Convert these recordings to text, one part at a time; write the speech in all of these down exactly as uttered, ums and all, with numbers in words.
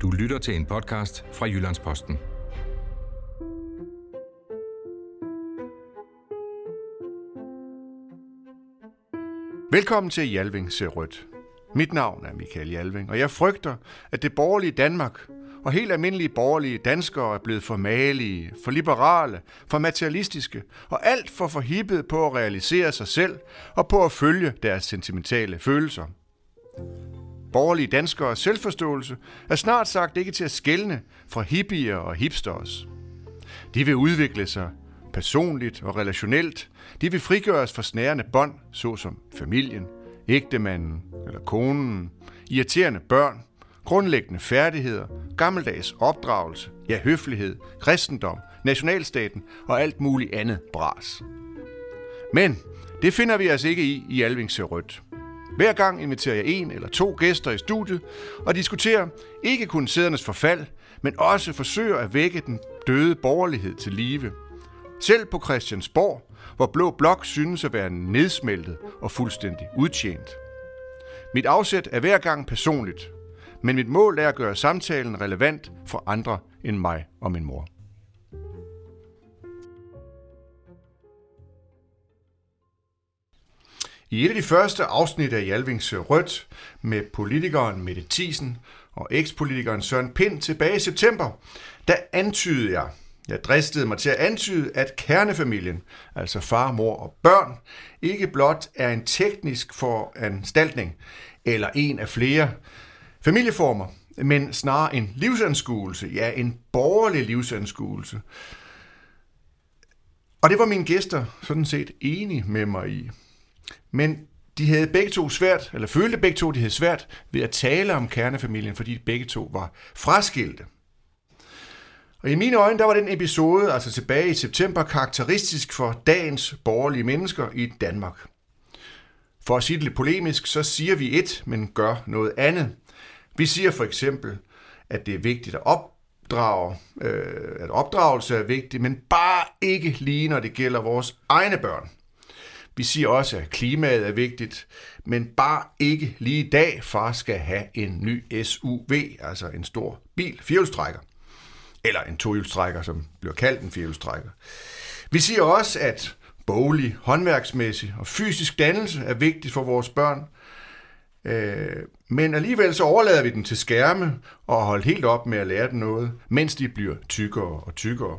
Du lytter til en podcast fra Jyllands-Posten. Velkommen til Jalving ser rødt. Mit navn er Michael Jalving, og jeg frygter, at det borgerlige Danmark og helt almindelige borgerlige danskere er blevet for malige, for liberale, for materialistiske og alt for forhippet på at realisere sig selv og på at følge deres sentimentale følelser. Borgerlige danskers selvforståelse er snart sagt ikke til at skelne fra hippier og hipsters. De vil udvikle sig personligt og relationelt. De vil frigøres fra snærende bånd, såsom familien, ægtemanden eller konen, irriterende børn, grundlæggende færdigheder, gammeldags opdragelse, ja høflighed, kristendom, nationalstaten og alt muligt andet bras. Men det finder vi os ikke i i Jalving ser rødt. Hver gang inviterer jeg en eller to gæster i studiet og diskuterer ikke kun sædernes forfald, men også forsøger at vække den døde borgerlighed til live. Selv på Christiansborg, hvor Blå Blok synes at være nedsmeltet og fuldstændig udtjent. Mit afsæt er hver gang personligt, men mit mål er at gøre samtalen relevant for andre end mig og min mor. I et af de første afsnit af Jalving ser rødt med politikeren Mette Thiesen og ekspolitikeren Søren Pind tilbage i september, der antydede jeg, jeg dristede mig til at antyde, at kernefamilien, altså far, mor og børn, ikke blot er en teknisk foranstaltning eller en af flere familieformer, men snarere en livsanskuelse, ja en borgerlig livsanskuelse. Og det var mine gæster sådan set enige med mig i. Men de havde begge to svært, eller følte begge to, de havde svært ved at tale om kernefamilien, fordi begge to var fraskilte. Og i mine øjne, der var den episode, altså tilbage i september, karakteristisk for dagens borgerlige mennesker i Danmark. For at sige det lidt polemisk, så siger vi et, men gør noget andet. Vi siger for eksempel, at det er vigtigt at opdrage, øh, at opdragelse er vigtig, men bare ikke lige, når det gælder vores egne børn. Vi siger også, at klimaet er vigtigt, men bare ikke lige i dag, far skal have en ny S U V, altså en stor bil, firehjulstrækker. Eller en tohjulstrækker, som bliver kaldt en firehjulstrækker. Vi siger også, at boglig, håndværksmæssig og fysisk dannelse er vigtigt for vores børn. Øh, men alligevel så overlader vi dem til skærme og holder helt op med at lære dem noget, mens de bliver tykkere og tykkere.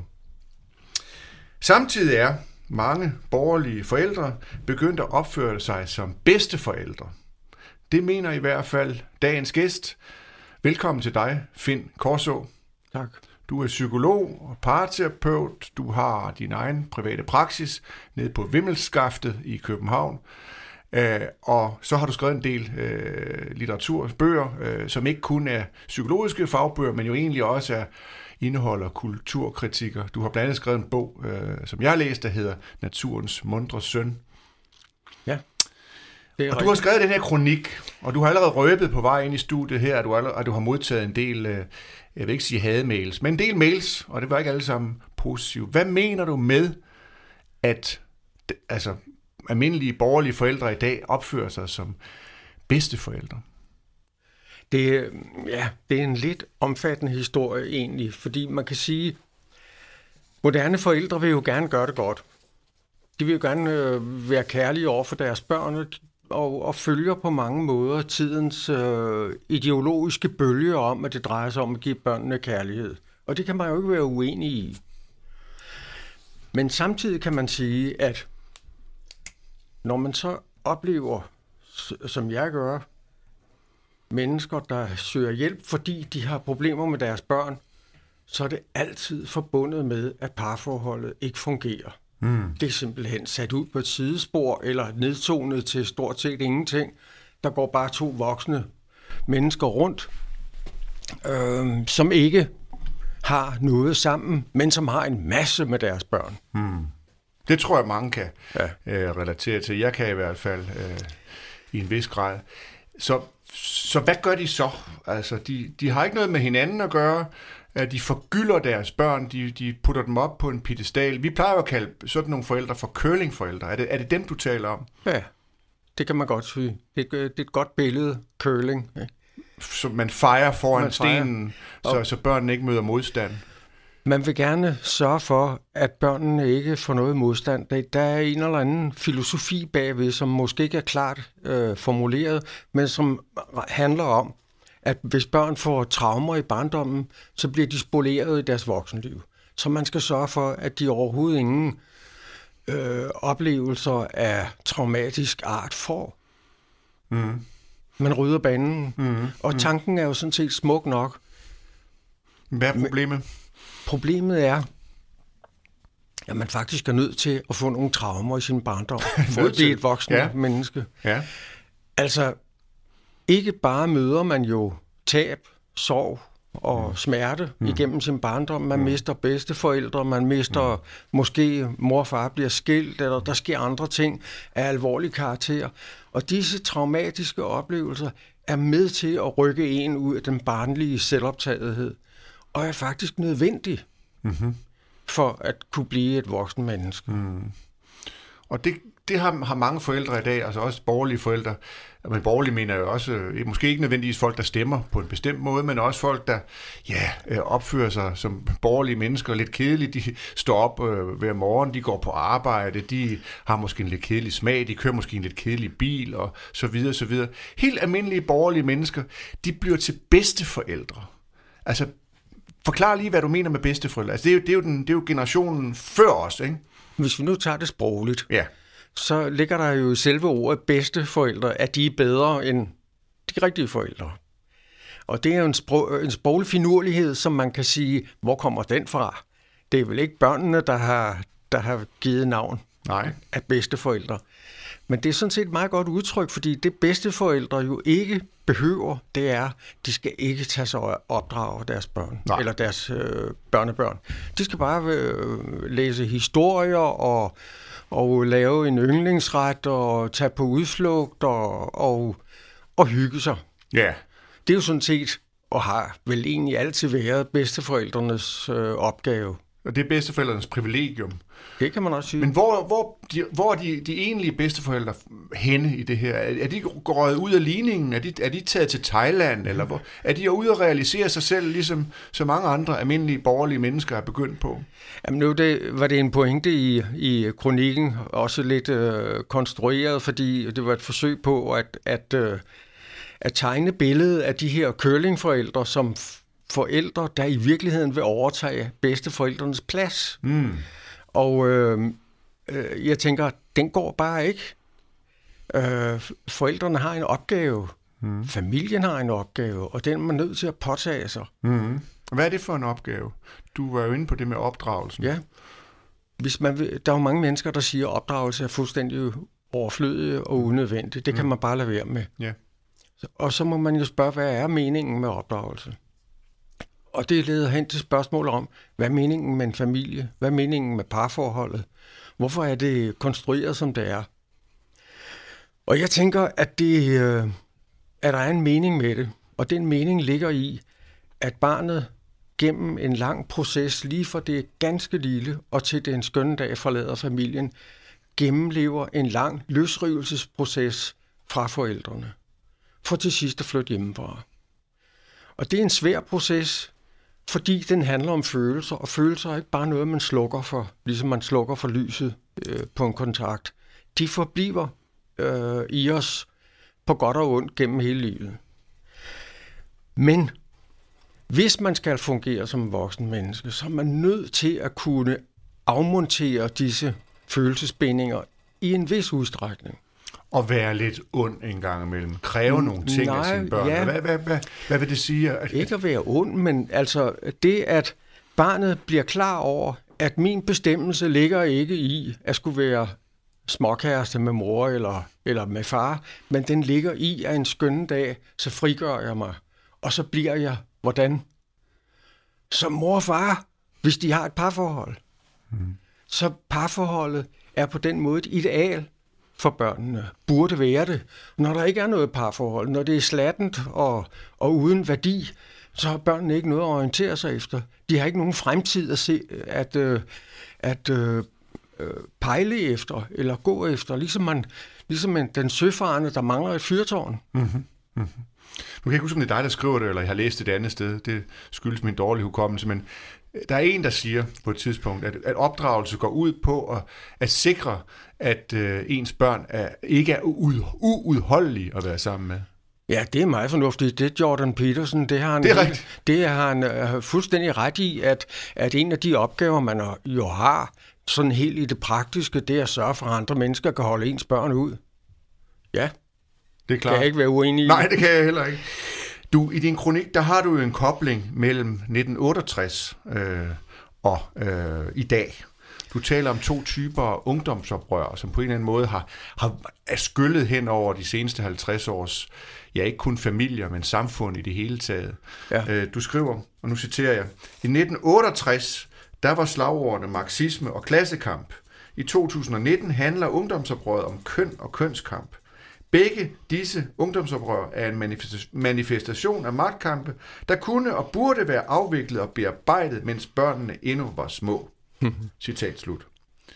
Samtidig er mange borgerlige forældre begyndt at opføre sig som bedsteforældre. Det mener i hvert fald dagens gæst. Velkommen til dig, Finn Korså. Tak. Du er psykolog og parterapeut. Du har din egen private praksis nede på Vimmelskaftet i København. Øh, og så har du skrevet en del øh, litteratur, bøger, øh, som ikke kun er psykologiske fagbøger, men jo egentlig også er indeholder kulturkritikker. Du har blandt andet skrevet en bog, øh, som jeg har læst, der hedder Naturens muntre søn. Ja. Og du har skrevet den her kronik, og du har allerede røbet på vej ind i studiet her, at du, allerede, at du har modtaget en del, øh, jeg vil ikke sige hademails, men en del mails, og det var ikke alle sammen positive. Hvad mener du med, at altså, almindelige borgerlige forældre i dag opfører sig som bedsteforældre? Det, ja, det er en lidt omfattende historie egentlig, fordi man kan sige, moderne forældre vil jo gerne gøre det godt. De vil jo gerne øh, være kærlige over for deres børn, og, og følger på mange måder tidens øh, ideologiske bølge om, at det drejer sig om at give børnene kærlighed. Og det kan man jo ikke være uenig i. Men samtidig kan man sige, at når man så oplever, som jeg gør, mennesker, der søger hjælp, fordi de har problemer med deres børn, så er det altid forbundet med, at parforholdet ikke fungerer. Mm. Det er simpelthen sat ud på et sidespor, eller nedtonet til stort set ingenting. Der går bare to voksne mennesker rundt, øh, som ikke har noget sammen, men som har en masse med deres børn. Mm. Det tror jeg, mange kan ja. øh, relatere til. Jeg kan i hvert fald øh, i en vis grad. Så Så hvad gør de så? Altså, de, de har ikke noget med hinanden at gøre. De forgylder deres børn. De, de putter dem op på en piedestal. Vi plejer at kalde sådan nogle forældre for curlingforældre. Er det, er det dem, du taler om? Ja, det kan man godt sige. Det, det er et godt billede, curling. Så man fejrer foran man fejrer. stenen, så, så børnene ikke møder modstand. Man vil gerne sørge for, at børnene ikke får noget modstand. Der er en eller anden filosofi bagved, som måske ikke er klart øh, formuleret, men som handler om, at hvis børn får traumer i barndommen, så bliver de spoleret i deres voksenliv. Så man skal sørge for, at de overhovedet ingen øh, oplevelser af traumatisk art får. Mm. Man rydder banen, Mm. og tanken er jo sådan set smuk nok. Hvad er problemet? Problemet er, at man faktisk er nødt til at få nogle traumer i sin barndom, for at blive et voksen ja. menneske. Ja. Altså, ikke bare møder man jo tab, sorg og mm. smerte mm. igennem sin barndom. Man mm. mister bedsteforældre, man mister mm. måske mor og far bliver skilt, eller der sker andre ting af alvorlig karakter. Og disse traumatiske oplevelser er med til at rykke en ud af den barnlige selvoptagethed, og er faktisk nødvendig mm-hmm. for at kunne blive et voksen menneske. Mm. Og det, det har, har mange forældre i dag, altså også borgerlige forældre. Men borgerlige mener jo også, måske ikke nødvendigvis folk, der stemmer på en bestemt måde, men også folk, der ja, opfører sig som borgerlige mennesker lidt kedeligt. De står op øh, hver morgen, de går på arbejde, de har måske en lidt kedelig smag, de kører måske en lidt kedelig bil, og så videre, så videre. Helt almindelige borgerlige mennesker, de bliver til bedsteforældre. Altså, forklar lige, hvad du mener med bedsteforældre. Altså, det er jo, det er jo, den, det er jo generationen før os, ikke? Hvis vi nu tager det sprogligt, ja. så ligger der jo i selve ordet bedsteforældre, at de er bedre end de rigtige forældre. Og det er jo en, sprog, en sproglig finurlighed, som man kan sige, hvor kommer den fra? Det er vel ikke børnene, der har, der har givet navn Nej. af bedsteforældre. Men det er sådan set et meget godt udtryk, fordi det bedsteforældre jo ikke behøver, det er, de skal ikke tage sig og opdrage deres børn, Nej. eller deres øh, børnebørn. De skal bare øh, læse historier og, og lave en yndlingsret og tage på udflugt og, og, og hygge sig. Ja. Det er jo sådan set, og har vel egentlig altid været bedsteforældrenes øh, opgave. Og det er bedsteforældrenes privilegium. Det kan man også sige. Men hvor, hvor, de, hvor er de, de egentlige bedsteforældre henne i det her? Er de gået ud af ligningen? Er de, er de taget til Thailand? Eller hvor? Er de ude at realisere sig selv, ligesom så mange andre almindelige borgerlige mennesker er begyndt på? Jamen nu det, var det en pointe i, i kronikken, også lidt øh, konstrueret, fordi det var et forsøg på at, at, øh, at tegne billedet af de her curlingforældre som forældre, der i virkeligheden vil overtage bedsteforældrenes plads. Mm. Og øh, øh, jeg tænker, den går bare ikke. Øh, forældrene har en opgave. Mm. Familien har en opgave, og den er man nødt til at påtage sig. Mm. Hvad er det for en opgave? Du var jo inde på det med opdragelsen. Ja. Hvis man vil, der er jo mange mennesker, der siger, at opdragelse er fuldstændig overflødig og unødvendig. Det kan mm. man bare lade være med. Ja. Og så må man jo spørge, hvad er meningen med opdragelse? Og det leder hen til spørgsmål om, hvad er meningen med en familie? Hvad er meningen med parforholdet? Hvorfor er det konstrueret, som det er? Og jeg tænker, at, det, at der er en mening med det. Og den mening ligger i, at barnet gennem en lang proces, lige fra det er ganske lille og til den skønne dag forlader familien, gennemlever en lang løsrivelsesproces fra forældrene, for til sidst at flytte hjemmefra. Og det er en svær proces, fordi den handler om følelser, og følelser er ikke bare noget, man slukker for, ligesom man slukker for lyset øh, på en kontakt. De forbliver øh, i os på godt og ondt gennem hele livet. Men hvis man skal fungere som voksen menneske, så er man nødt til at kunne afmontere disse følelsesbindinger i en vis udstrækning. Og være lidt ond en gang imellem. Kræve nogle ting Nej, af sine børn. Ja. Hvad, hvad, hvad, hvad vil det sige? Ikke at være ond, men altså det, at barnet bliver klar over, at min bestemmelse ligger ikke i at skulle være småkæreste med mor eller, eller med far, men den ligger i, at en skønne dag, så frigør jeg mig. Og så bliver jeg, hvordan? Som mor og far, hvis de har et parforhold. Hmm. Så parforholdet er på den måde et ideal for børnene. Burde være det. Når der ikke er noget parforhold, når det er slattent og, og uden værdi, så har børnene ikke noget at orientere sig efter. De har ikke nogen fremtid at, se, at, øh, at øh, pejle efter eller gå efter, ligesom, man, ligesom en, den søfarende, der mangler et fyrtårn. Mm-hmm. Mm-hmm. Nu kan jeg ikke huske, om det er dig, der skriver det, eller jeg har læst det et andet sted. Det skyldes min dårlige hukommelse, men der er en, der siger på et tidspunkt, at, at opdragelse går ud på at, at sikre, at øh, ens børn er, ikke er u- uudholdelige at være sammen med. Ja, det er meget fornuftigt. Det er Jordan Peterson. Det har han, det er rigtigt. Det har han uh, fuldstændig ret i, at, at en af de opgaver, man jo har, sådan helt i det praktiske, det er at sørge for, at andre mennesker kan holde ens børn ud. Ja, det er klart. Kan jeg ikke være uenig i. Nej, det kan jeg heller ikke. Du, i din kronik, der har du jo en kobling mellem nitten otteogtres øh, og øh, i dag. Du taler om to typer ungdomsoprør, som på en eller anden måde har, har skyllet hen over de seneste halvtreds års, ja, ikke kun familier, men samfund i det hele taget. Ja. Øh, du skriver, og nu citerer jeg, i nitten otteogtres, der var slagordene marxisme og klassekamp. I to tusind og nitten handler ungdomsoprøret om køn og kønskamp. Begge disse ungdomsoprør er en manifestation af magtkampe, der kunne og burde være afviklet og bearbejdet, mens børnene endnu var små. Citat slut.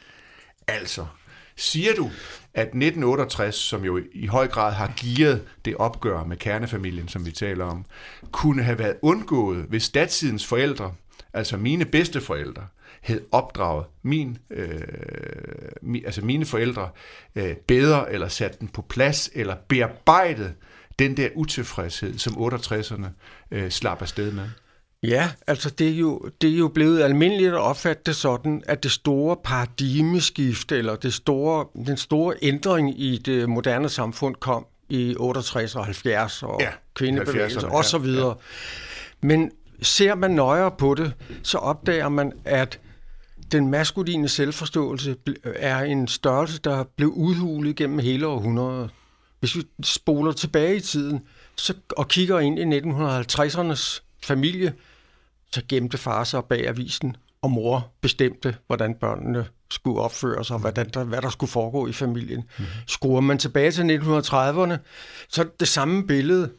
Altså, siger du, at nitten otteogtres, som jo i høj grad har gearet det opgør med kernefamilien, som vi taler om, kunne have været undgået, hvis datidens forældre, altså mine bedsteforældre, havde opdraget min, øh, mi, altså mine forældre øh, bedre, eller sat den på plads, eller bearbejdet den der utilfredshed, som otteogtresserne øh, slap afsted med? Ja, altså det er, jo, det er jo blevet almindeligt at opfatte det sådan, at det store paradigmeskifte, eller det store, den store ændring i det moderne samfund kom i otteogtres og halvfjerds og ja, kvindebevægelser og så videre. Ja. Men ser man nøjere på det, så opdager man, at den maskuline selvforståelse er en størrelse, der blev udhulet gennem hele århundredet. Hvis vi spoler tilbage i tiden så, og kigger ind i nitten halvtredsernes familie, så gemte far sig bag avisen, og mor bestemte, hvordan børnene skulle opføre sig, og hvordan der, hvad der skulle foregå i familien. Mm. Skruer man tilbage til nitten trediverne, så er det det samme billede.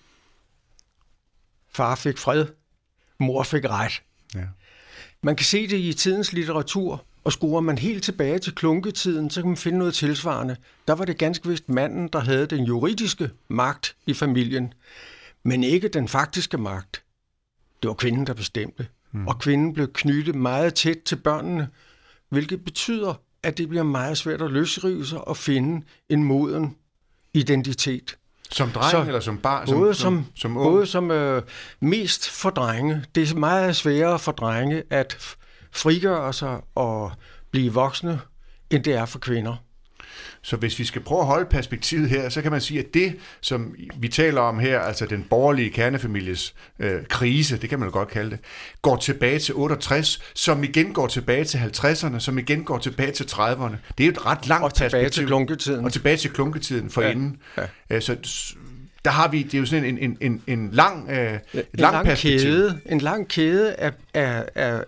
Far fik fred, mor fik ret. Ja. Man kan se det i tidens litteratur, og skruer man helt tilbage til klunketiden, så kan man finde noget tilsvarende. Der var det ganske vist manden, der havde den juridiske magt i familien, men ikke den faktiske magt. Det var kvinden, der bestemte. Mm. Og kvinden blev knyttet meget tæt til børnene, hvilket betyder, at det bliver meget svært at løsrive sig og finde en moden identitet. Som dreng så, eller som barn? Både som, som, som, som, både som øh, mest for drenge. Det er meget sværere for drenge at frigøre sig og blive voksne, end det er for kvinder. Så hvis vi skal prøve at holde perspektivet her, så kan man sige, at det, som vi taler om her, altså den borgerlige kernefamilies øh, krise, det kan man jo godt kalde det, går tilbage til otteogtres, som igen går tilbage til halvtredserne, som igen går tilbage til trediverne. Det er jo et ret langt og tilbage perspektiv. Til klunketiden. Og tilbage til klunketiden for ja. inden. Ja. Så der har vi, det er jo sådan en, en, en, en lang, øh, et en lang, lang perspektiv. Kæde, en lang kæde af, af, af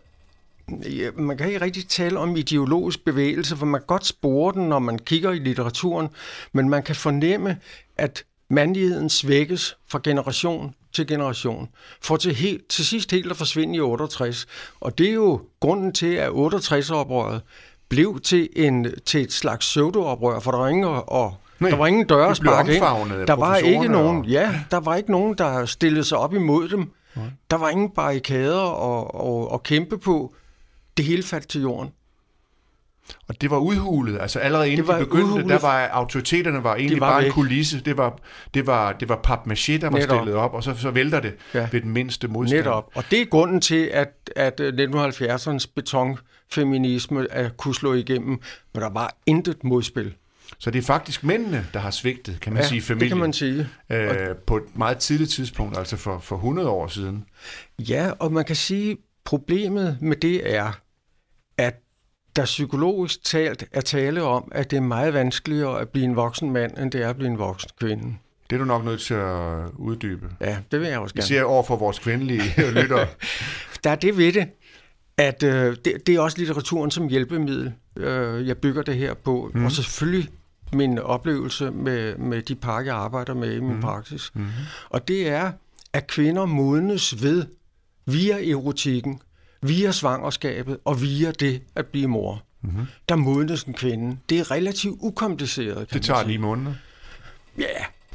man kan ikke rigtig tale om ideologisk bevægelse, for man kan godt spore den, når man kigger i litteraturen, men man kan fornemme, at mandligheden svækkes fra generation til generation, for til, helt, til sidst helt at forsvinde i otteogtres. Og det er jo grunden til, at otteogtres-oprøret blev til, en, til et slags pseudo-oprør, for der var ingen, og, Nej, der var ingen dørespark ind. Der var ikke nogen, og... ja, der var ikke nogen, der stillede sig op imod dem. Nej. Der var ingen barrikader at, at, at kæmpe på. Det hele faldt til jorden. Og det var udhulet, altså allerede inden de begyndte, udhulet. Der var autoriteterne var egentlig var bare væk. En kulisse, det var, det var, det var papmaché, der var Netop. Stillet op, og så, så vælter det ja. Ved den mindste modstand. Netop, og det er grunden til, at, at nitten halvfjerdsernes betonfeminisme kunne slå igennem, men der var intet modspil. Så det er faktisk mændene, der har svigtet, kan man ja, sige, familien. det kan man sige. Øh, på et meget tidligt tidspunkt, altså for, for hundrede år siden. Ja, og man kan sige, problemet med det er, at der psykologisk talt er tale om, at det er meget vanskeligere at blive en voksen mand, end det er at blive en voksen kvinde. Det er du nok nødt til at uddybe. Ja, det vil jeg også gerne. Vi ser over for vores kvindelige lyttere. Der er det ved det, at øh, det, det er også litteraturen som hjælpemiddel, øh, jeg bygger det her på. Mm. Og selvfølgelig min oplevelse med, med de par, jeg arbejder med i min mm. praksis. Mm. Og det er, at kvinder modnes ved via erotikken, via svangerskabet og via det at blive mor. Mm-hmm. Der modnes en kvinde. Det er relativt ukompliceret. Kan det tager lige måneder? Ja,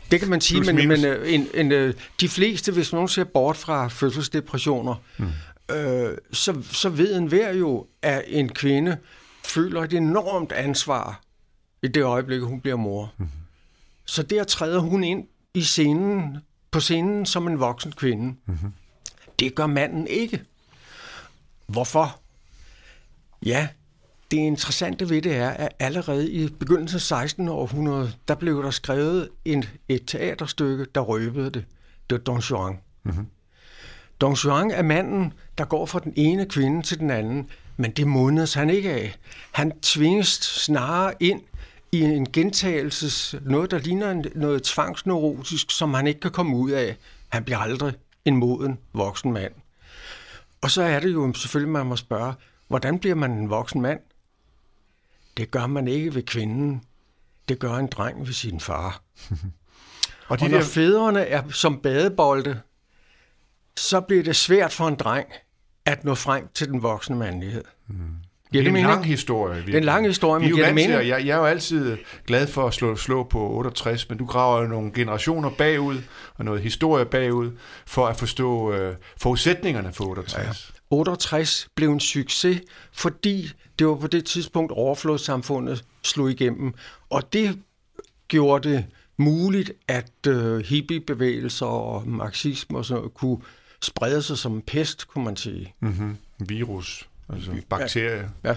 Det kan man sige, Plus, men, men en, en, en, de fleste, hvis nogen ser bort fra fødselsdepressioner, mm. øh, så, så ved enhver jo, at en kvinde føler et enormt ansvar i det øjeblik, hun bliver mor. Mm. Så der træder hun ind i scenen, på scenen som en voksen kvinde. Mm-hmm. Det gør manden ikke. Hvorfor? Ja, det interessante ved det er, at allerede i begyndelsen af sekstende århundrede, der blev der skrevet en, et teaterstykke, der røbede det. Det var Don Juan. Mm-hmm. Don Juan er manden, der går fra den ene kvinde til den anden, men det modnes han ikke af. Han tvinges snarere ind i en gentagelses, noget der ligner noget tvangsneurotisk, som han ikke kan komme ud af. Han bliver aldrig en moden voksen mand. Og så er det jo selvfølgelig, man må spørge, hvordan bliver man en voksen mand? Det gør man ikke ved kvinden. Det gør en dreng ved sin far. og, de og når der... fædrene er som badebolde, så bliver det svært for en dreng at nå frem til den voksne mandlighed. Mm. Det er en lang historie. Virkelig. Det er en lang historie, men det er mening. Jeg, jeg er jo altid glad for at slå, slå på otteogtres, men du graver jo nogle generationer bagud, og noget historie bagud, for at forstå øh, forudsætningerne for otteogtres. Ja. otteogtres blev en succes, fordi det var på det tidspunkt overflodssamfundet slog igennem, og det gjorde det muligt, at øh, hippiebevægelser og marxisme og sådan noget kunne sprede sig som en pest, kunne man sige. Mm-hmm. Virus. Altså bakterier. Ja.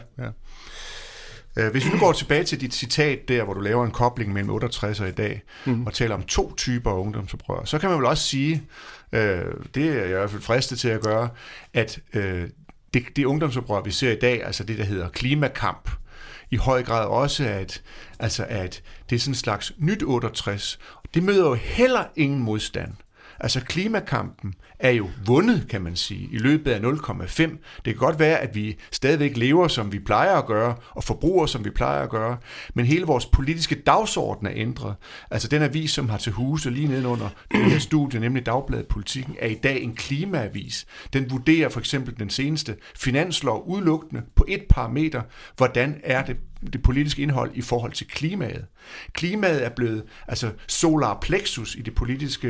Ja. Hvis vi nu går tilbage til dit citat der, hvor du laver en kobling mellem otteogtres og i dag, mm. og taler om to typer af ungdomsoprør, så kan man vel også sige, øh, det er jeg i hvert fald fristet til at gøre, at øh, det, det ungdomsoprør, vi ser i dag, altså det, der hedder klimakamp, i høj grad også, at, altså at det er sådan en slags nyt otteogtres. Det møder jo heller ingen modstand. Altså klimakampen er jo vundet, kan man sige, i løbet af nul komma fem. Det kan godt være, at vi stadigvæk lever, som vi plejer at gøre, og forbruger, som vi plejer at gøre, men hele vores politiske dagsorden er ændret. Altså den avis, som har til huse lige nedenunder det her studie, nemlig Dagbladet Politikken, er i dag en klimaavis. Den vurderer for eksempel den seneste finanslov udelukkende på et parameter, hvordan er det det politiske indhold i forhold til klimaet. Klimaet er blevet altså solar plexus i det politiske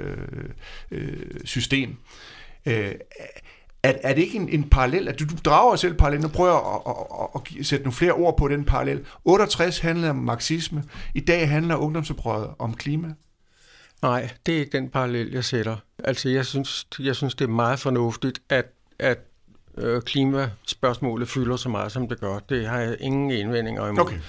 øh, system. Øh, er, er det ikke en, en parallel, at du, du drager selv parallel, og prøver at, at, at, at sætte nogle flere ord på den parallel. otteogtres handlede om marxisme, i dag handler ungdomsoprøret om klima. Nej, det er ikke den parallel, jeg sætter. Altså, jeg synes, jeg synes det er meget fornuftigt, at, at øh, klimaspørgsmålet fylder så meget, som det gør. Det har jeg ingen indvendinger imod. Okay.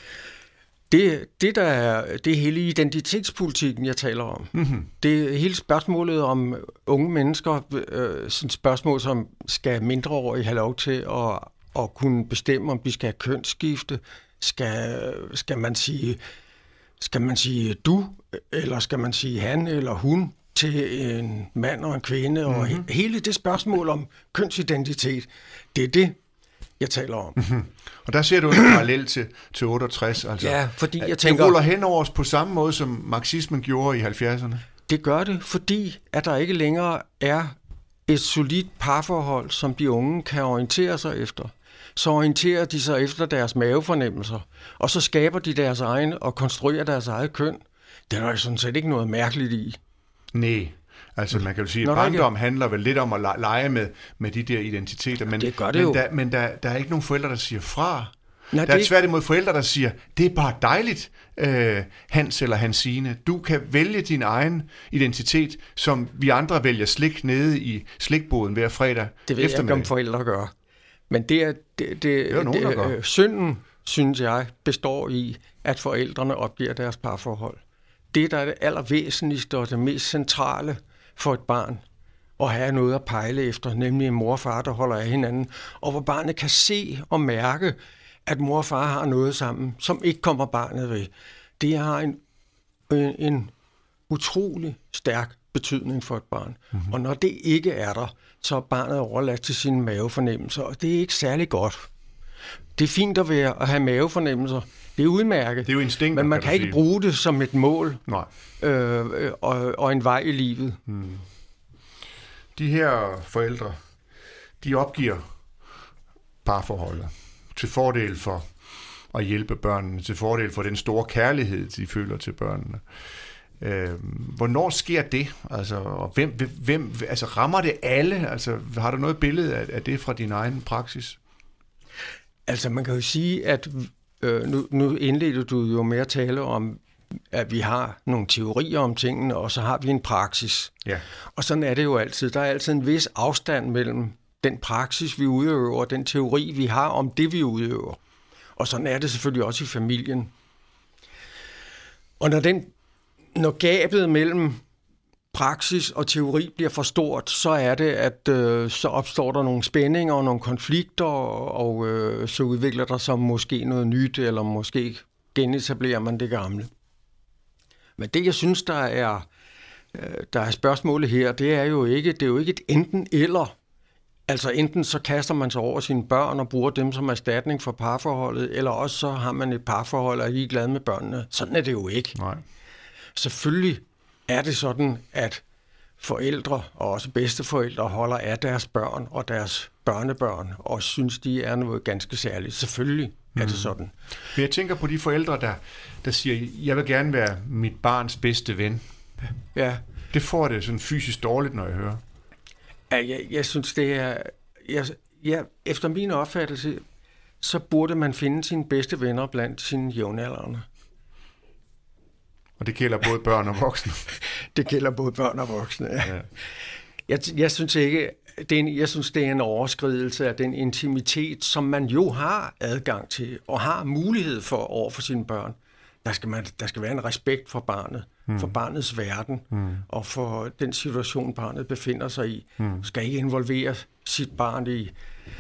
Det, det, der er, det er hele identitetspolitikken, jeg taler om. Mm-hmm. Det er hele spørgsmålet om unge mennesker, øh, sådan spørgsmål, som skal mindreårige have lov til at, at kunne bestemme, om de skal have kønsskifte. Skal, skal man sige, skal man sige du, eller skal man sige han eller hun til en mand og en kvinde? Mm-hmm. Og he, hele det spørgsmål om kønsidentitet, det er det, jeg taler om. Mm-hmm. Og der ser du en parallel til, til otteogtres. Altså, ja, fordi jeg tænker... Det ruller hen over os på samme måde, som marxismen gjorde i halvfjerdserne. Det gør det, fordi at der ikke længere er et solidt parforhold, som de unge kan orientere sig efter. Så orienterer de sig efter deres mavefornemmelser, og så skaber de deres egen og konstruerer deres eget køn. Det er der sådan set ikke noget mærkeligt i. Nej. Altså man kan jo sige, at barndom handler vel lidt om at lege med, med de der identiteter, men, det gør det men, jo. der, men der, der er ikke nogen forældre, der siger fra. Nej, der er det... tværtimod forældre, der siger, det er bare dejligt, øh, Hans eller Hansine. Du kan vælge din egen identitet, som vi andre vælger slik nede i slikboden hver fredag. Det ved jeg ikke, om forældre gør. Men det er, det, det, det er nogen, det, øh, synden, synes jeg, består i, at forældrene opgiver deres parforhold. Det, der er det allervæsentligste og det mest centrale for et barn, at have noget at pejle efter, nemlig en mor og far, der holder af hinanden, og hvor barnet kan se og mærke, at mor og far har noget sammen, som ikke kommer barnet ved. Det har en, en, en utrolig stærk betydning for et barn. Mm-hmm. Og når det ikke er der, så er barnet overladt til sine mavefornemmelser, og det er ikke særlig godt. Det er fint at være at have mavefornemmelser. Det er udmærket. Det er jo instinkter, men man kan, kan ikke sige. bruge det som et mål. Nej. Øh, og, og en vej i livet. Hmm. De her forældre, de opgiver parforholdet til fordel for at hjælpe børnene, til fordel for den store kærlighed, de føler til børnene. Øh, hvornår sker det? Altså, og hvem, hvem, altså, rammer det alle? Altså, har du noget billede af, af det fra din egen praksis? Altså, man kan jo sige, at øh, nu, nu indledte du jo med at tale om, at vi har nogle teorier om tingene, og så har vi en praksis. Ja. Og sådan er det jo altid. Der er altid en vis afstand mellem den praksis, vi udøver, og den teori, vi har om det, vi udøver. Og sådan er det selvfølgelig også i familien. Og når, den, når gabet mellem praksis og teori bliver for stort, så er det, at øh, så opstår der nogle spændinger og nogle konflikter, og øh, så udvikler der sig måske noget nyt, eller måske genetablerer man det gamle. Men det, jeg synes, der er, øh, der er spørgsmålet her, det er jo ikke, det er jo ikke et enten eller. Altså enten så kaster man sig over sine børn og bruger dem som erstatning for parforholdet, eller også så har man et parforhold og er ligeglad med børnene. Sådan er det jo ikke. Nej. Selvfølgelig er det sådan, at forældre og også bedsteforældre holder af deres børn og deres børnebørn og synes, de er noget ganske særligt. Selvfølgelig er det sådan. Men jeg tænker på de forældre, der, der siger, jeg vil gerne være mit barns bedste ven. Ja. Det får det sådan fysisk dårligt, når jeg hører. Ja, jeg, jeg synes, det er... Jeg, jeg, efter min opfattelse, så burde man finde sine bedste venner blandt sine jævnaldrende. Og det gælder både børn og voksne. Det gælder både børn og voksne, ja. Ja. Jeg, jeg synes ikke... Det er en, jeg synes, det er en overskridelse af den intimitet, som man jo har adgang til og har mulighed for over for sine børn. Der skal, man, der skal være en respekt for barnet, mm. for barnets verden, mm. og for den situation, barnet befinder sig i. Mm. Skal ikke involvere sit barn i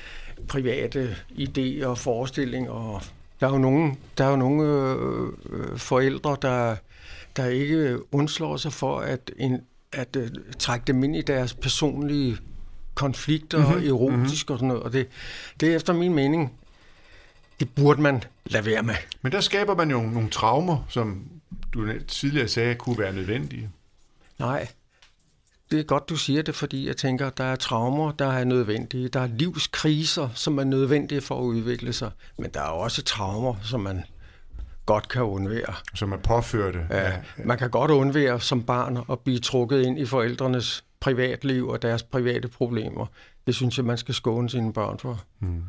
private idéer og forestillinger. Og der er jo nogle, der er jo nogle øh, forældre, der, der ikke undslår sig for at, en, at uh, trække dem ind i deres personlige konflikter, mm-hmm. erotisk mm-hmm. og sådan noget. Og det, det er efter min mening, det burde man lade være med. Men der skaber man jo nogle traumer, som du tidligere sagde, kunne være nødvendige. Nej, det er godt, du siger det, fordi jeg tænker, der er traumer, der er nødvendige. Der er livskriser, som er nødvendige for at udvikle sig. Men der er også traumer, som man godt kan undvære. Som er påførte. Ja, man kan godt undvære som barn at blive trukket ind i forældrenes privatliv og deres private problemer. Det synes jeg, man skal skåne sine børn for. Hmm.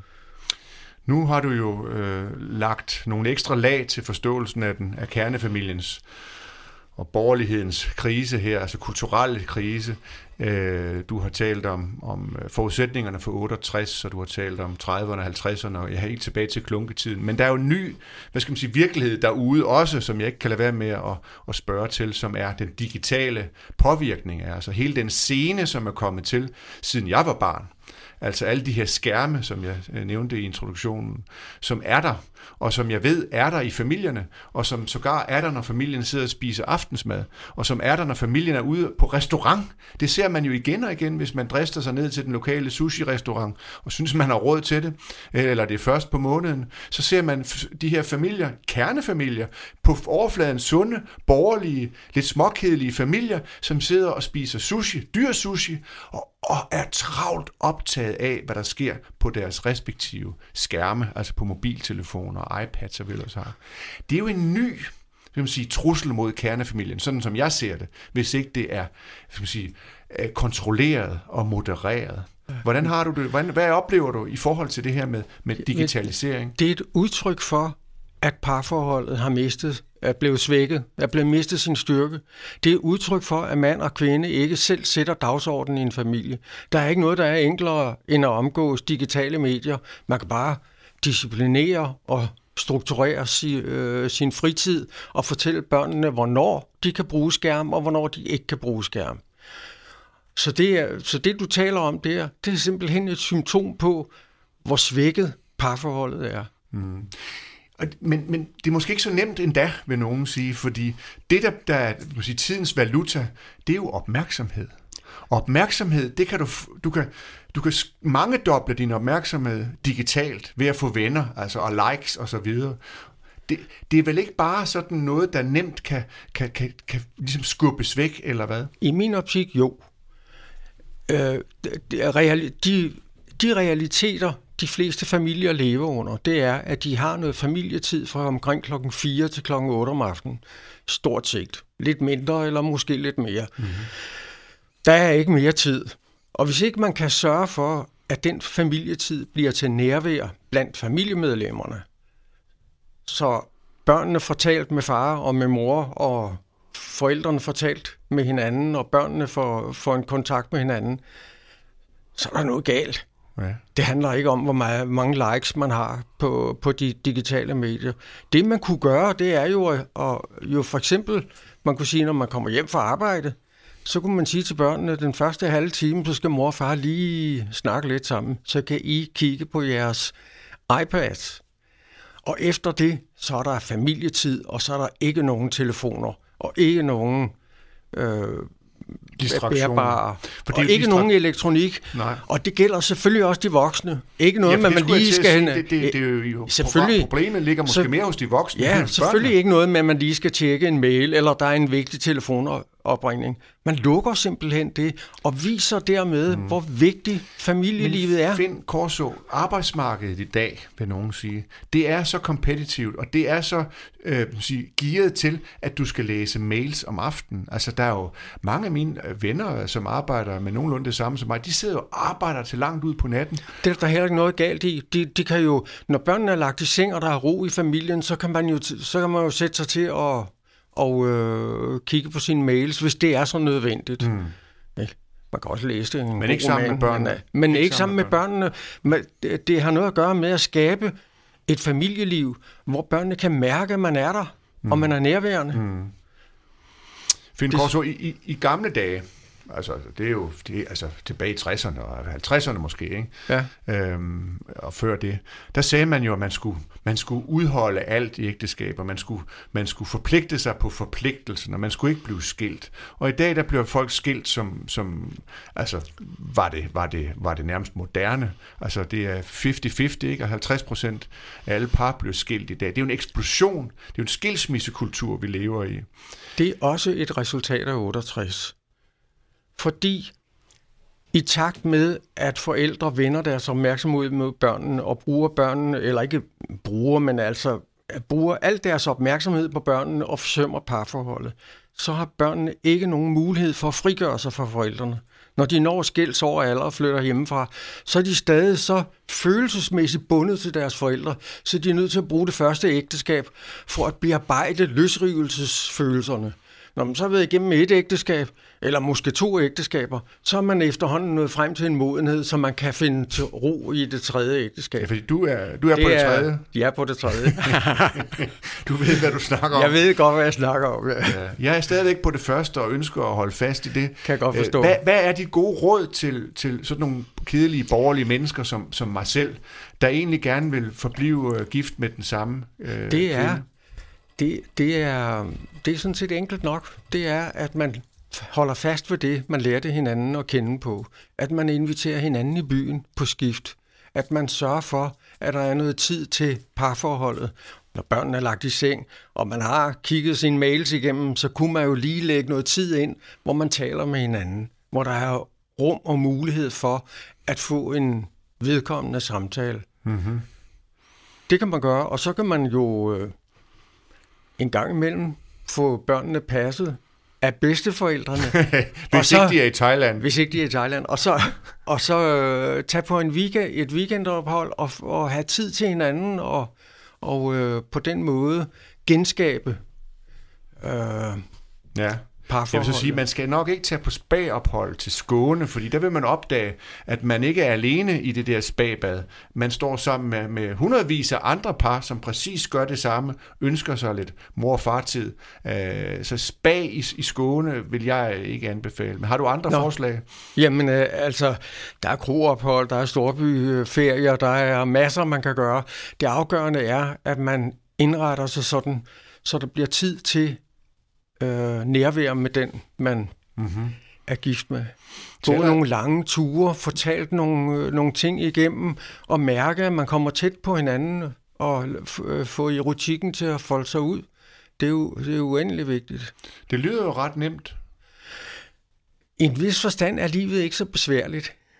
Nu har du jo øh, lagt nogle ekstra lag til forståelsen af, den, af kernefamiliens og borgerlighedens krise her, altså kulturelle krise. Øh, du har talt om, om forudsætningerne for otteogtres, og du har talt om trediverne og halvtredserne, og jeg har helt tilbage til klunketiden. Men der er jo en ny, hvad skal man sige, virkelighed derude også, som jeg ikke kan lade være med at, at spørge til, som er den digitale påvirkning, altså hele den scene, som er kommet til, siden jeg var barn. Altså alle de her skærme, som jeg nævnte i introduktionen, som er der, og som jeg ved er der i familierne, og som sågar er der, når familien sidder og spiser aftensmad, og som er der, når familien er ude på restaurant. Det ser man jo igen og igen, hvis man drister sig ned til den lokale sushi-restaurant, og synes, man har råd til det, eller det er først på måneden, så ser man de her familier, kernefamilier, på overfladen sunde, borgerlige, lidt småkedelige familier, som sidder og spiser sushi, dyr sushi, og og er travlt optaget af, hvad der sker på deres respektive skærme, altså på mobiltelefoner og iPads og hvad ellers har. Det er jo en ny, vil man sige, trussel mod kernefamilien, sådan som jeg ser det, hvis ikke det er, vil man sige, kontrolleret og modereret. Hvordan har du det? Hvordan, hvad oplever du i forhold til det her med, med digitalisering? Det er et udtryk for, at parforholdet har mistet, er blevet svækket, er blevet mistet sin styrke. Det er et udtryk for, at mand og kvinde ikke selv sætter dagsordenen i en familie. Der er ikke noget, der er enklere end at omgås digitale medier. Man kan bare disciplinere og strukturere si, øh, sin fritid og fortælle børnene, hvornår de kan bruge skærm og hvornår de ikke kan bruge skærm. Så det, er, så det du taler om der, det er simpelthen et symptom på, hvor svækket parforholdet er. Mm. Men, men det er måske ikke så nemt endda, vil nogen sige, fordi det, der, der er sige, tidens valuta, det er jo opmærksomhed. Og opmærksomhed, det kan du, du kan, du kan mangedoble din opmærksomhed digitalt ved at få venner, altså og likes og så videre. Det, det er vel ikke bare sådan noget, der nemt kan, kan, kan, kan ligesom skubbes væk, eller hvad? I min optik, jo. Øh, de, de, de realiteter, de fleste familier lever under, det er, at de har noget familietid fra omkring klokken fire til klokken otte om aftenen. Stort set. Lidt mindre, eller måske lidt mere. Mm-hmm. Der er ikke mere tid. Og hvis ikke man kan sørge for, at den familietid bliver til nærvær blandt familiemedlemmerne, så børnene får talt med far og med mor, og forældrene får talt med hinanden, og børnene får, får en kontakt med hinanden, så er der noget galt. Ja. Det handler ikke om, hvor meget, mange likes man har på, på de digitale medier. Det, man kunne gøre, det er jo, at, at jo for eksempel, man kunne sige, når man kommer hjem fra arbejde, så kunne man sige til børnene, at den første halve time, så skal mor og far lige snakke lidt sammen, så kan I kigge på jeres iPads. Og efter det, så er der familietid, og så er der ikke nogen telefoner, og ikke nogen øh, bærbare, og ikke distra- nogen elektronik. Nej. Og det gælder selvfølgelig også de voksne. Ikke noget, ja, man lige skal... Sige, det, det, det er jo selvfølgelig, problemet ligger måske så, mere hos de voksne. Ja, selvfølgelig ikke noget med, at man lige skal tjekke en mail, eller der er en vigtig telefonopringning. Man lukker simpelthen det, og viser dermed, mm. hvor vigtigt familielivet er. Men Finn Corso, arbejdsmarkedet i dag, vil nogen sige, det er så kompetitivt, og det er så øh, sige, gearet til, at du skal læse mails om aftenen. Altså, der er jo mange af mine venner, som arbejder med nogenlunde det samme som mig, de sidder jo og arbejder til langt ud på natten. Det er der heller ikke noget galt i. De, de kan jo, når børnene er lagt i seng, og der er ro i familien, så kan man jo, så kan man jo sætte sig til at og øh, kigge på sine mails, hvis det er så nødvendigt. Mm. Ja, man kan også læse det. Men ikke sammen med børnene. Men, men ikke, ikke sammen med børnene. Men det, det har noget at gøre med at skabe et familieliv, hvor børnene kan mærke, at man er der, mm. og man er nærværende. Mm. Finn Corso, i, i, i gamle dage, altså det er jo det er, altså, tilbage i tresserne og halvtredserne måske, ikke? Ja. Øhm, og før det, der sagde man jo, at man skulle, man skulle udholde alt i ægteskaber, man skulle, man skulle forpligte sig på forpligtelsen, og man skulle ikke blive skilt. Og i dag, der bliver folk skilt, som, som altså, var det, var, det, var det nærmest moderne. Altså, det er halvtreds halvtreds, ikke? Og halvtreds procent af alle par bliver skilt i dag. Det er jo en eksplosion. Det er jo en skilsmissekultur, vi lever i. Det er også et resultat af otteogtres. Fordi i takt med, at forældre vender deres opmærksomhed mod børnene og bruger børnene, eller ikke bruger, men altså bruger al deres opmærksomhed på børnene og forsømmer parforholdet, så har børnene ikke nogen mulighed for at frigøre sig fra forældrene. Når de når skills over alder og flytter hjemmefra, så er de stadig så følelsesmæssigt bundet til deres forældre, så de er nødt til at bruge det første ægteskab for at bearbejde løsrivelsesfølelserne. Når man så har været igennem et ægteskab, eller måske to ægteskaber, så er man efterhånden nået frem til en modenhed, så man kan finde til ro i det tredje ægteskab. Ja, fordi du er, du er det på det tredje. Er, jeg er på det tredje. Du ved, hvad du snakker om. Jeg ved godt, hvad jeg snakker om. Ja. Ja, jeg er stadigvæk på det første og ønsker at holde fast i det. Kan jeg godt forstå. Hvad, hvad er dit gode råd til, til sådan nogle kedelige, borgerlige mennesker som, som mig selv, der egentlig gerne vil forblive gift med den samme øh, det er kvinde? Det, det, er, det er sådan set enkelt nok. Det er, at man holder fast ved det, man lærte hinanden at kende på. At man inviterer hinanden i byen på skift. At man sørger for, at der er noget tid til parforholdet. Når børnene er lagt i seng, og man har kigget sine mails igennem, så kunne man jo lige lægge noget tid ind, hvor man taler med hinanden. Hvor der er rum og mulighed for at få en vedkommende samtale. Mm-hmm. Det kan man gøre, og så kan man jo øh, en gang imellem få børnene passet af bedsteforældrene. Hvis så, ikke de er i Thailand. Hvis ikke de er i Thailand. Og så, og så øh, tage på en weekend, et weekendophold og, og have tid til hinanden og, og øh, på den måde genskabe øh, ja. Jeg vil så sige, at man skal nok ikke tage på spa-ophold til Skåne, fordi der vil man opdage, at man ikke er alene i det der spa-bad. Man står sammen med, med hundredvis af andre par, som præcis gør det samme, ønsker sig lidt mor- og fartid. Så spa i, i Skåne vil jeg ikke anbefale. Men har du andre Nå. forslag? Jamen altså, der er kroophold, der er storbyferier, der er masser, man kan gøre. Det afgørende er, at man indretter sig sådan, så der bliver tid til Øh, nærvær med den, man mm-hmm. er gift med. Gå nogle lange ture, fortalt nogle, øh, nogle ting igennem, og mærke, at man kommer tæt på hinanden, og f- få erotikken til at folde sig ud. Det er jo, det er jo uendelig vigtigt. Det lyder jo ret nemt. I en vis forstand er livet ikke så besværligt.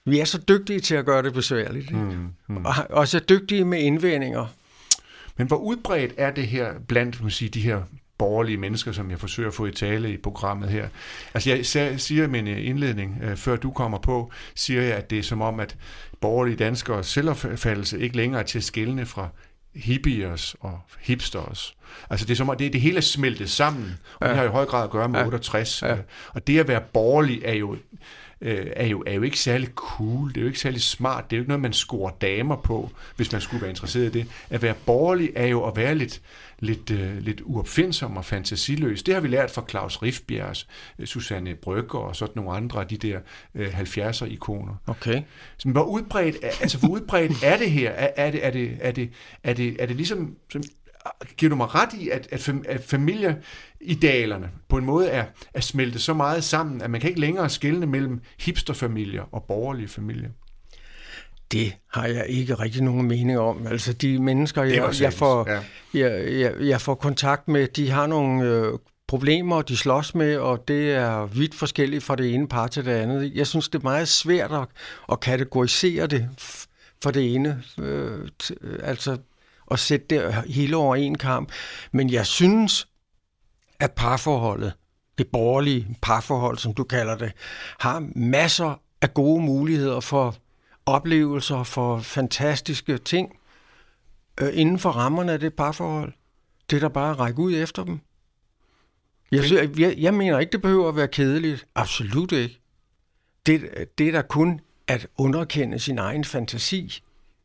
Vi er så dygtige til at gøre det besværligt. Mm, mm. Og også dygtige med indvendinger. Men hvor udbredt er det her blandt man sige, de her borgerlige mennesker, som jeg forsøger at få i tale i programmet her? Altså jeg siger i min indledning, før du kommer på, siger jeg, at det er som om, at borgerlige danskere selvopfattelse ikke længere er til at skelne fra hippiers og hipsters. Altså det er som om, det, det hele er smeltet sammen, og ja. Det har i høj grad at gøre med ja. otteogtres. Ja. Og det at være borgerlig er jo, er, jo, er jo ikke særlig cool, det er jo ikke særlig smart, det er jo ikke noget, man scorer damer på, hvis man skulle være interesseret i det. At være borgerlig er jo at være lidt, lidt, uh, lidt uopfindsom og fantasiløs. Det har vi lært fra Claus Rifbjergs, Susanne Brøgger og sådan nogle andre af de der uh, halvfjerdser-ikoner. Okay. Så, hvor udbredt, altså, hvor udbredt er det her? Er, er, det, er, det, er, det, er, det, er det ligesom... Som, giver du mig ret i, at, at, at familieidealerne på en måde er, er smeltet så meget sammen, at man kan ikke længere skelne mellem hipsterfamilier og borgerlige familier? Det har jeg ikke rigtig nogen mening om. Altså de mennesker, jeg, jeg, får, ja. jeg, jeg, jeg får kontakt med, de har nogle øh, problemer, de slås med, og det er vidt forskelligt fra det ene par til det andet. Jeg synes, det er meget svært at, at kategorisere det for det ene. Øh, t, altså at sætte det hele over en kamp. Men jeg synes, at parforholdet, det borgerlige parforhold, som du kalder det, har masser af gode muligheder for oplevelser, for fantastiske ting øh, inden for rammerne af det parforhold. Det er der bare at række ud efter dem. Jeg, synes, jeg, jeg mener ikke, det behøver at være kedeligt. Absolut ikke. Det, det er da kun at underkende sin egen fantasi.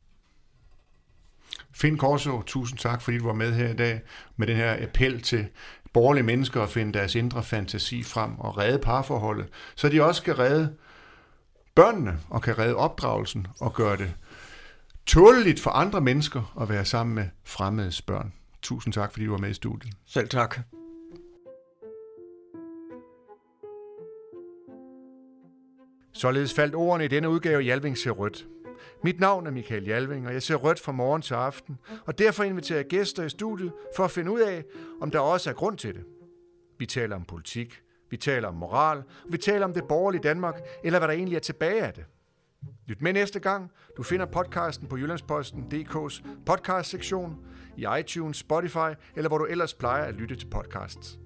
Finn Korså, tusind tak, fordi du var med her i dag med den her appel til borgerlige mennesker at finde deres indre fantasi frem og redde parforholdet, så de også kan redde børnene og kan redde opdragelsen og gøre det tåleligt for andre mennesker at være sammen med fremmedes børn. Tusind tak, fordi du var med i studiet. Selv tak. Således faldt ordene i denne udgave Jalving ser rødt. Mit navn er Michael Jalving, og jeg ser rødt fra morgen til aften, og derfor inviterer jeg gæster i studiet for at finde ud af, om der også er grund til det. Vi taler om politik, vi taler om moral, og vi taler om det borgerlige Danmark, eller hvad der egentlig er tilbage af det. Lyt med næste gang. Du finder podcasten på Jyllandsposten punktum d k's podcast-sektion, i iTunes, Spotify, eller hvor du ellers plejer at lytte til podcasts.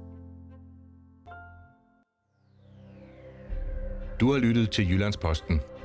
Du har lyttet til Jyllandsposten.